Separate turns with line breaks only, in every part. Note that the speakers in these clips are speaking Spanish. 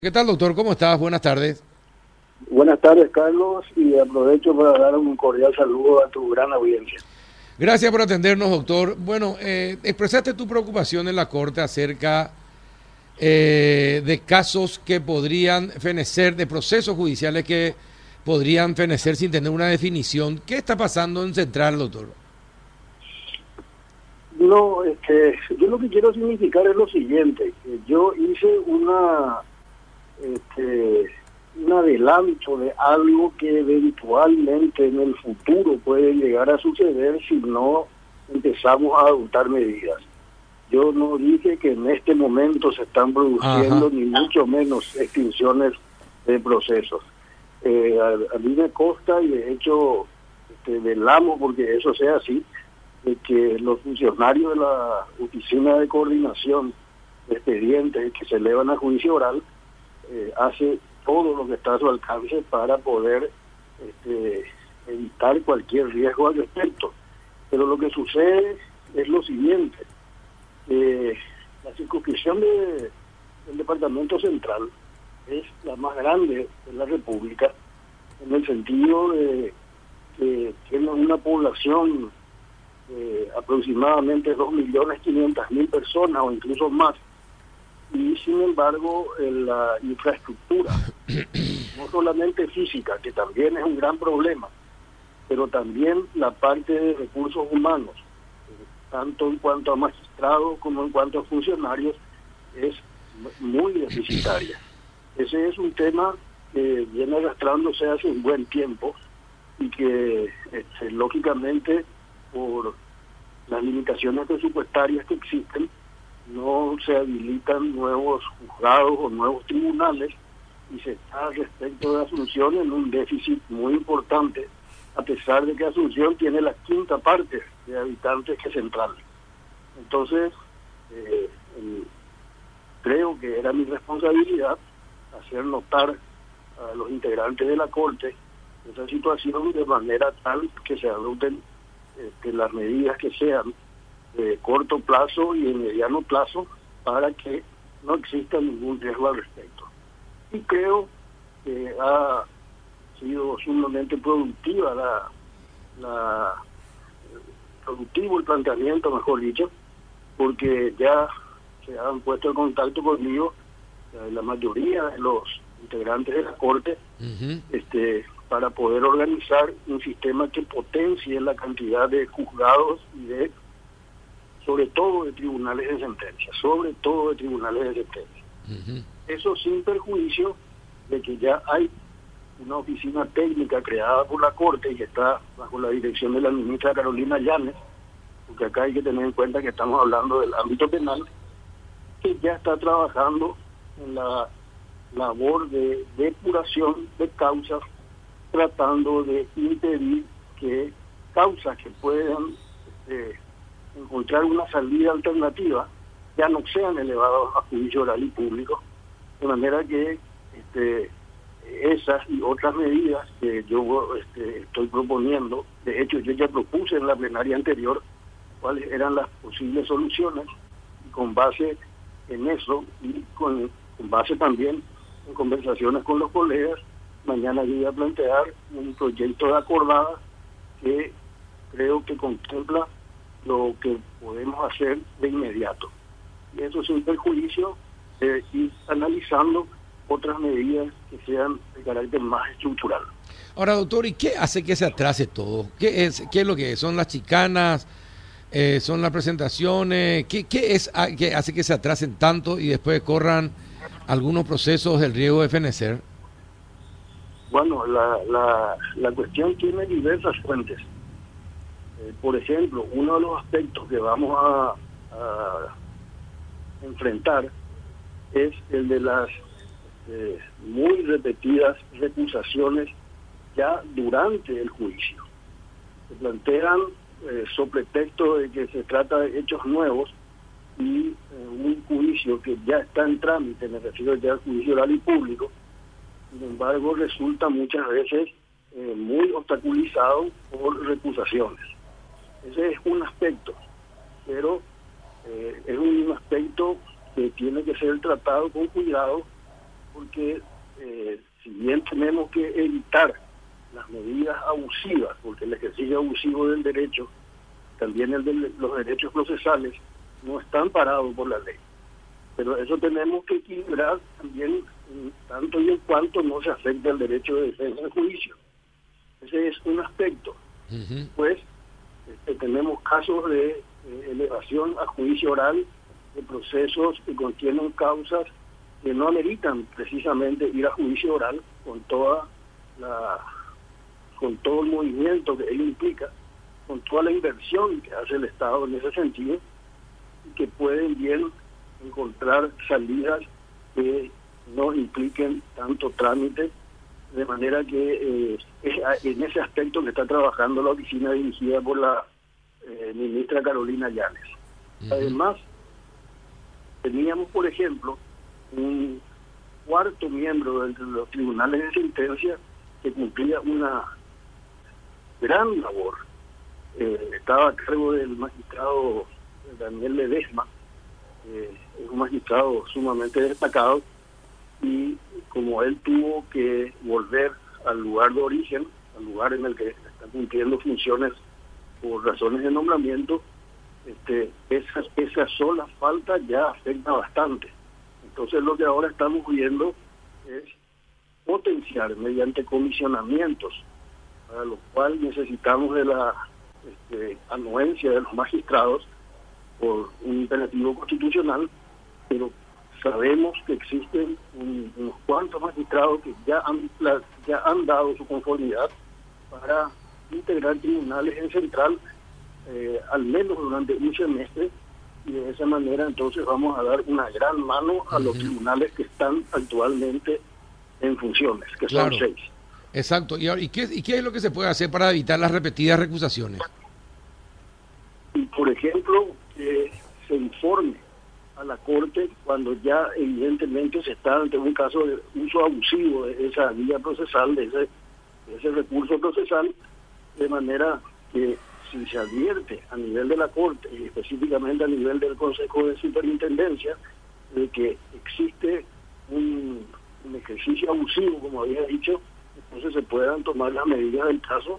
¿Qué tal, doctor? ¿Cómo estás? Buenas tardes.
Buenas tardes, Carlos, y aprovecho para dar un cordial saludo a tu gran audiencia.
Gracias por atendernos, doctor. Bueno, expresaste tu preocupación en la Corte acerca de casos que podrían fenecer, de procesos judiciales que podrían fenecer sin tener una definición. ¿Qué está pasando en Central, doctor?
No, yo lo que quiero significar es lo siguiente, que yo hice un adelanto de algo que eventualmente en el futuro puede llegar a suceder si no empezamos a adoptar medidas. Yo no dije que en este momento se están produciendo ni mucho menos extinciones de procesos. A mí me consta y de hecho velamos porque eso sea así, de que los funcionarios de la Oficina de Coordinación de Expedientes que se elevan a juicio oral hace todo lo que está a su alcance para poder evitar cualquier riesgo al respecto. Pero lo que sucede es lo siguiente, la circunscripción del Departamento Central es la más grande de la República, en el sentido de que tiene una población aproximadamente 2.500.000 personas o incluso más, y sin embargo la infraestructura, no solamente física, que también es un gran problema, pero también la parte de recursos humanos, tanto en cuanto a magistrados como en cuanto a funcionarios, es muy deficitaria. Ese es un tema que viene arrastrándose hace un buen tiempo y que lógicamente por las limitaciones presupuestarias que existen no se habilitan nuevos juzgados o nuevos tribunales y se está respecto de Asunción en un déficit muy importante, a pesar de que Asunción tiene la quinta parte de habitantes que Central. Entonces, creo que era mi responsabilidad hacer notar a los integrantes de la Corte esa situación de manera tal que se adopten las medidas que sean de corto plazo y de mediano plazo para que no exista ningún riesgo al respecto. Y creo que ha sido sumamente productiva productivo el planteamiento, mejor dicho, porque ya se han puesto en contacto conmigo la mayoría de los integrantes de la Corte para poder organizar un sistema que potencie la cantidad de juzgados y sobre todo de tribunales de sentencia, Eso sin perjuicio de que ya hay una oficina técnica creada por la Corte y que está bajo la dirección de la ministra Carolina Llanes, porque acá hay que tener en cuenta que estamos hablando del ámbito penal, que ya está trabajando en la labor de depuración de causas, tratando de impedir que causas que puedan encontrar una salida alternativa ya no sean elevadas a juicio oral y público, de manera que esas y otras medidas que yo estoy proponiendo, de hecho yo ya propuse en la plenaria anterior cuáles eran las posibles soluciones, y con base en eso y con base también en conversaciones con los colegas, mañana yo voy a plantear un proyecto de acordada que creo que contempla lo que podemos hacer de inmediato. Y eso sin perjuicio de ir analizando otras medidas que sean de carácter más estructural.
Ahora, doctor, ¿y qué hace que se atrase todo? ¿Qué es lo que es? ¿Son las chicanas? ¿Son las presentaciones? ¿Qué es que hace que se atrasen tanto y después corran algunos procesos del riesgo de fenecer?
Bueno, la cuestión tiene diversas fuentes. Por ejemplo, uno de los aspectos que vamos a enfrentar es el de las muy repetidas recusaciones ya durante el juicio. Se plantean sobre pretexto de que se trata de hechos nuevos y un juicio que ya está en trámite, me refiero ya al juicio oral y público, sin embargo resulta muchas veces muy obstaculizado por recusaciones. Ese es un aspecto, pero es un aspecto que tiene que ser tratado con cuidado porque si bien tenemos que evitar las medidas abusivas, porque el ejercicio abusivo del derecho, también el de los derechos procesales, no están parados por la ley. Pero eso tenemos que equilibrar también, tanto y en cuanto no se afecte el derecho de defensa en juicio. Ese es un aspecto. Pues tenemos casos de elevación a juicio oral de procesos que contienen causas que no ameritan precisamente ir a juicio oral con todo el movimiento que ello implica, con toda la inversión que hace el Estado en ese sentido, y que pueden bien encontrar salidas que no impliquen tanto trámite, de manera que en ese aspecto que está trabajando la oficina dirigida por la ministra Carolina Llanes. Además, teníamos, por ejemplo, un cuarto miembro de los tribunales de sentencia que cumplía una gran labor. Estaba a cargo del magistrado Daniel Ledesma, un magistrado sumamente destacado, y como él tuvo que volver al lugar de origen, al lugar en el que está cumpliendo funciones por razones de nombramiento, esa sola falta ya afecta bastante. Entonces lo que ahora estamos viendo es potenciar mediante comisionamientos, para lo cual necesitamos de la anuencia de los magistrados por un imperativo constitucional, pero sabemos que existen unos cuantos magistrados que ya han dado su conformidad para integrar tribunales en central, al menos durante un semestre, y de esa manera entonces vamos a dar una gran mano a los tribunales que están actualmente en funciones, que son 6.
Exacto. ¿Y qué es lo que se puede hacer para evitar las repetidas recusaciones?
Y por ejemplo, que se informe a la Corte cuando ya evidentemente se está ante un caso de uso abusivo de esa vía procesal, de ese recurso procesal, de manera que si se advierte a nivel de la Corte y específicamente a nivel del Consejo de Superintendencia de que existe un ejercicio abusivo, como había dicho, entonces se puedan tomar las medidas del caso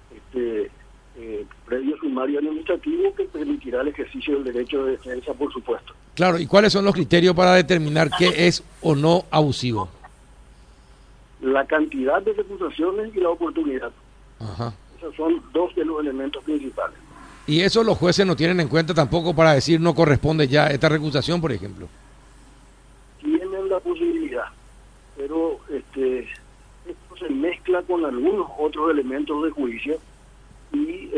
previo sumario administrativo que permitirá el ejercicio del derecho de defensa, por supuesto.
Claro, ¿y cuáles son los criterios para determinar qué es o no abusivo?
La cantidad de recusaciones y la oportunidad.
Ajá.
Esos son dos de los elementos principales.
Y eso los jueces no tienen en cuenta tampoco para decir no corresponde ya esta recusación, por ejemplo.
Tienen la posibilidad, pero esto se mezcla con algunos otros elementos de juicio y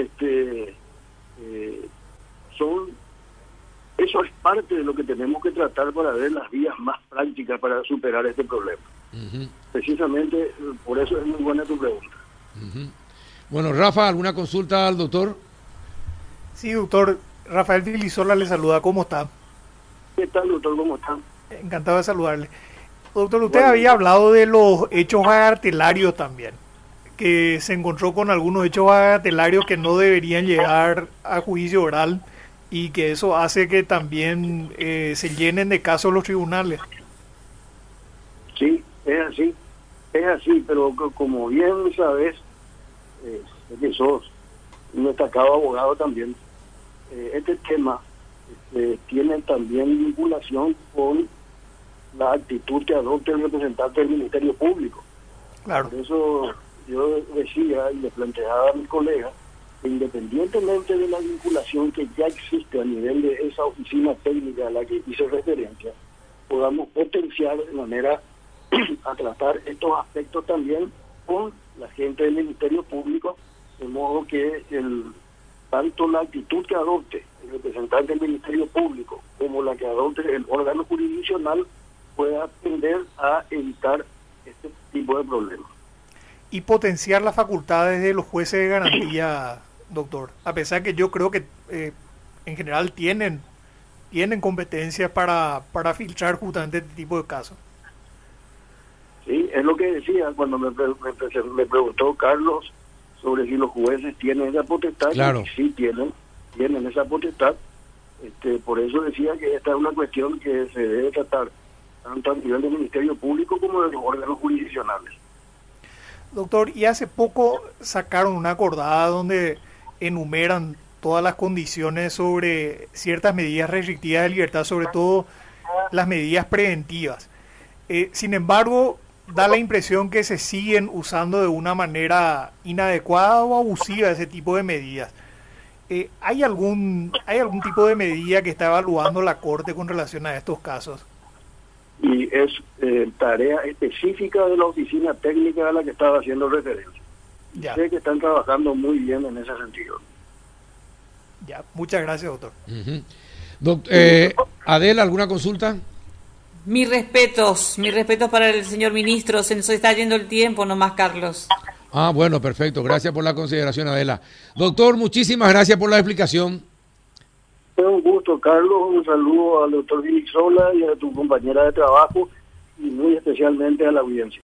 eso es parte de lo que tenemos que tratar para ver las vías más prácticas para superar este problema. Precisamente por eso es muy buena tu pregunta.
Bueno, Rafa, ¿alguna consulta al doctor?
Sí, doctor. Rafael Vilisola le saluda. ¿Cómo está?
¿Qué tal, doctor? ¿Cómo está?
Encantado de saludarle. Doctor, usted había hablado de los hechos bagatelarios también, que se encontró con algunos hechos bagatelarios que no deberían llegar a juicio oral y que eso hace que también se llenen de casos los tribunales.
Sí, es así, pero como bien sabes, que sos un destacado abogado también, este tema tiene también vinculación con la actitud que adopte el representante del Ministerio Público.
Claro.
Por eso yo decía y le planteaba a mis colegas que independientemente de la vinculación que ya existe a nivel de esa oficina técnica a la que hice referencia, podamos potenciar de manera a tratar estos aspectos también con la gente del Ministerio Público, de modo que tanto la actitud que adopte el representante del Ministerio Público como la que adopte el órgano jurisdiccional pueda tender a evitar este tipo de problemas.
Y potenciar las facultades de los jueces de garantía, doctor, a pesar que yo creo que en general tienen competencias para filtrar justamente este tipo de casos.
Sí, es lo que decía cuando me preguntó Carlos sobre si los jueces tienen esa potestad.
Claro.
Y sí tienen esa potestad. Por eso decía que esta es una cuestión que se debe tratar tanto a nivel del Ministerio Público como de los órganos jurisdiccionales.
Doctor, y hace poco sacaron una acordada donde enumeran todas las condiciones sobre ciertas medidas restrictivas de libertad, sobre todo las medidas preventivas. Sin embargo, da la impresión que se siguen usando de una manera inadecuada o abusiva ese tipo de medidas. ¿Hay algún tipo de medida que está evaluando la Corte con relación a estos casos?
Y es tarea específica de la oficina técnica a la que estaba haciendo referencia.
Ya.
Sé que están trabajando muy bien en ese sentido.
Ya, muchas gracias, doctor.
Adela, ¿alguna consulta?
Mis respetos para el señor ministro. Se nos está yendo el tiempo nomás, Carlos.
Ah, bueno, perfecto. Gracias por la consideración, Adela. Doctor, muchísimas gracias por la explicación.
Fue un gusto, Carlos. Un saludo al doctor Felix Sola y a tu compañera de trabajo y muy especialmente a la audiencia.